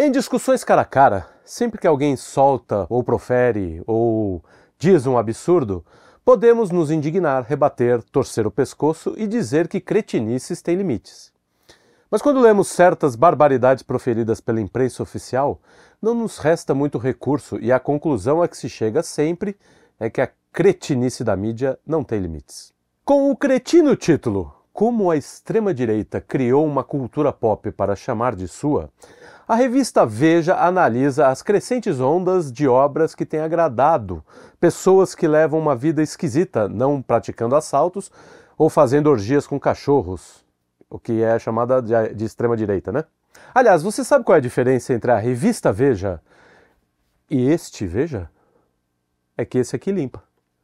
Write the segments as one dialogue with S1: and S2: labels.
S1: Em discussões cara a cara, sempre que alguém solta ou profere ou diz um absurdo, podemos nos indignar, rebater, torcer o pescoço e dizer que cretinices têm limites. Mas quando lemos certas barbaridades proferidas pela imprensa oficial, não nos resta muito recurso e a conclusão a que se chega sempre é que a cretinice da mídia não tem limites. Com o cretino título Como a extrema-direita criou uma cultura pop para chamar de sua, a revista Veja analisa as crescentes ondas de obras que têm agradado pessoas que levam uma vida esquisita, não praticando assaltos ou fazendo orgias com cachorros, o que é chamada de extrema-direita, né? Aliás, você sabe qual é a diferença entre a revista Veja e este Veja? É que esse aqui limpa.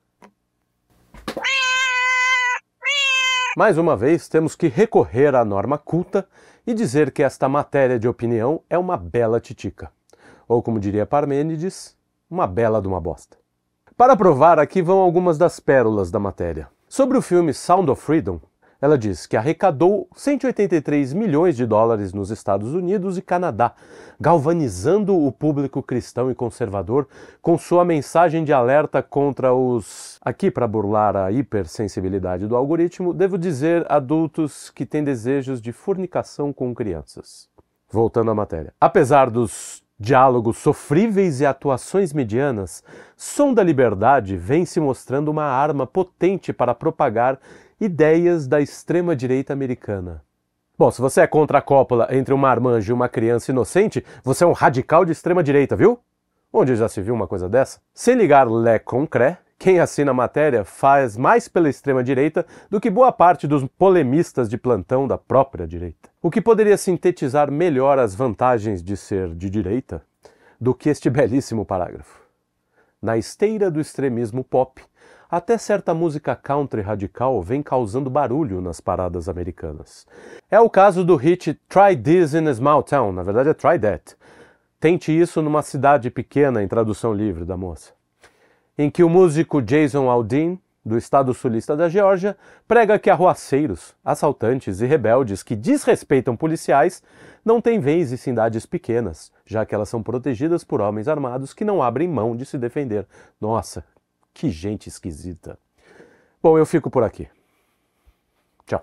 S1: Mais uma vez, temos que recorrer à norma culta e dizer que esta matéria de opinião é uma bela titica. Ou, como diria Parmênides, uma bela de uma bosta. Para provar, aqui vão algumas das pérolas da matéria. Sobre o filme Sound of Freedom, ela diz que arrecadou 183 milhões de dólares nos Estados Unidos e Canadá, galvanizando o público cristão e conservador com sua mensagem de alerta contra os... Aqui, para burlar a hipersensibilidade do algoritmo, devo dizer adultos que têm desejos de fornicação com crianças. Voltando à matéria. Apesar dos diálogos sofríveis e atuações medianas, Som da Liberdade vem se mostrando uma arma potente para propagar ideias da extrema-direita americana. Bom, se você é contra a cópula entre um marmanjo e uma criança inocente, você é um radical de extrema-direita, viu? Onde já se viu uma coisa dessa? Sem ligar le concret, quem assina a matéria faz mais pela extrema-direita do que boa parte dos polemistas de plantão da própria direita. O que poderia sintetizar melhor as vantagens de ser de direita do que este belíssimo parágrafo. Na esteira do extremismo pop, até certa música country radical vem causando barulho nas paradas americanas. É o caso do hit Try This in a Small Town, na verdade é Try That. Tente isso numa cidade pequena, em tradução livre da moça. Em que o músico Jason Aldean, do estado sulista da Geórgia, prega que arruaceiros, assaltantes e rebeldes que desrespeitam policiais não têm vez em cidades pequenas, já que elas são protegidas por homens armados que não abrem mão de se defender. Nossa, que gente esquisita. Bom, eu fico por aqui. Tchau.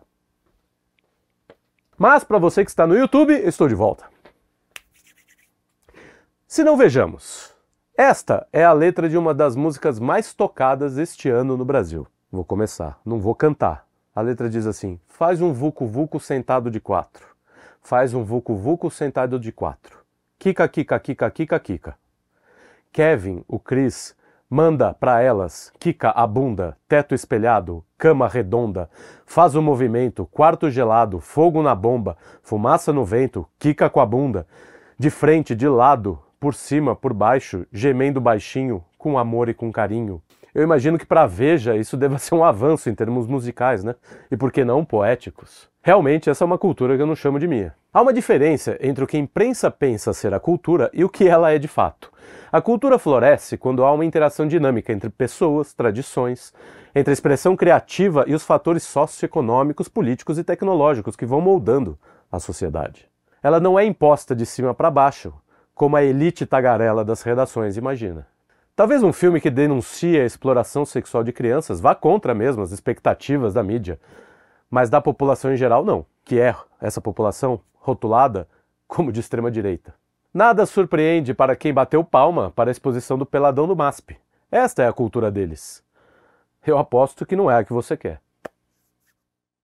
S1: Mas para você que está no YouTube, estou de volta. Se não vejamos, esta é a letra de uma das músicas mais tocadas este ano no Brasil. Vou começar, não vou cantar. A letra diz assim: faz um vucu-vucu sentado de quatro. Faz um vucu-vucu sentado de quatro. Kika, kika, kika, kika, kika. Kevin, o Chris, manda pra elas, quica a bunda, teto espelhado, cama redonda, faz o movimento, quarto gelado, fogo na bomba, fumaça no vento, quica com a bunda, de frente, de lado, por cima, por baixo, gemendo baixinho, com amor e com carinho. Eu imagino que para Veja isso deva ser um avanço em termos musicais, né? E por que não poéticos? Realmente essa é uma cultura que eu não chamo de minha. Há uma diferença entre o que a imprensa pensa ser a cultura e o que ela é de fato. A cultura floresce quando há uma interação dinâmica entre pessoas, tradições, entre a expressão criativa e os fatores socioeconômicos, políticos e tecnológicos que vão moldando a sociedade. Ela não é imposta de cima para baixo, como a elite tagarela das redações imagina. Talvez um filme que denuncie a exploração sexual de crianças vá contra mesmo as expectativas da mídia, mas da população em geral não, que é essa população rotulada como de extrema-direita. Nada surpreende para quem bateu palma para a exposição do peladão do MASP. Esta é a cultura deles. Eu aposto que não é a que você quer.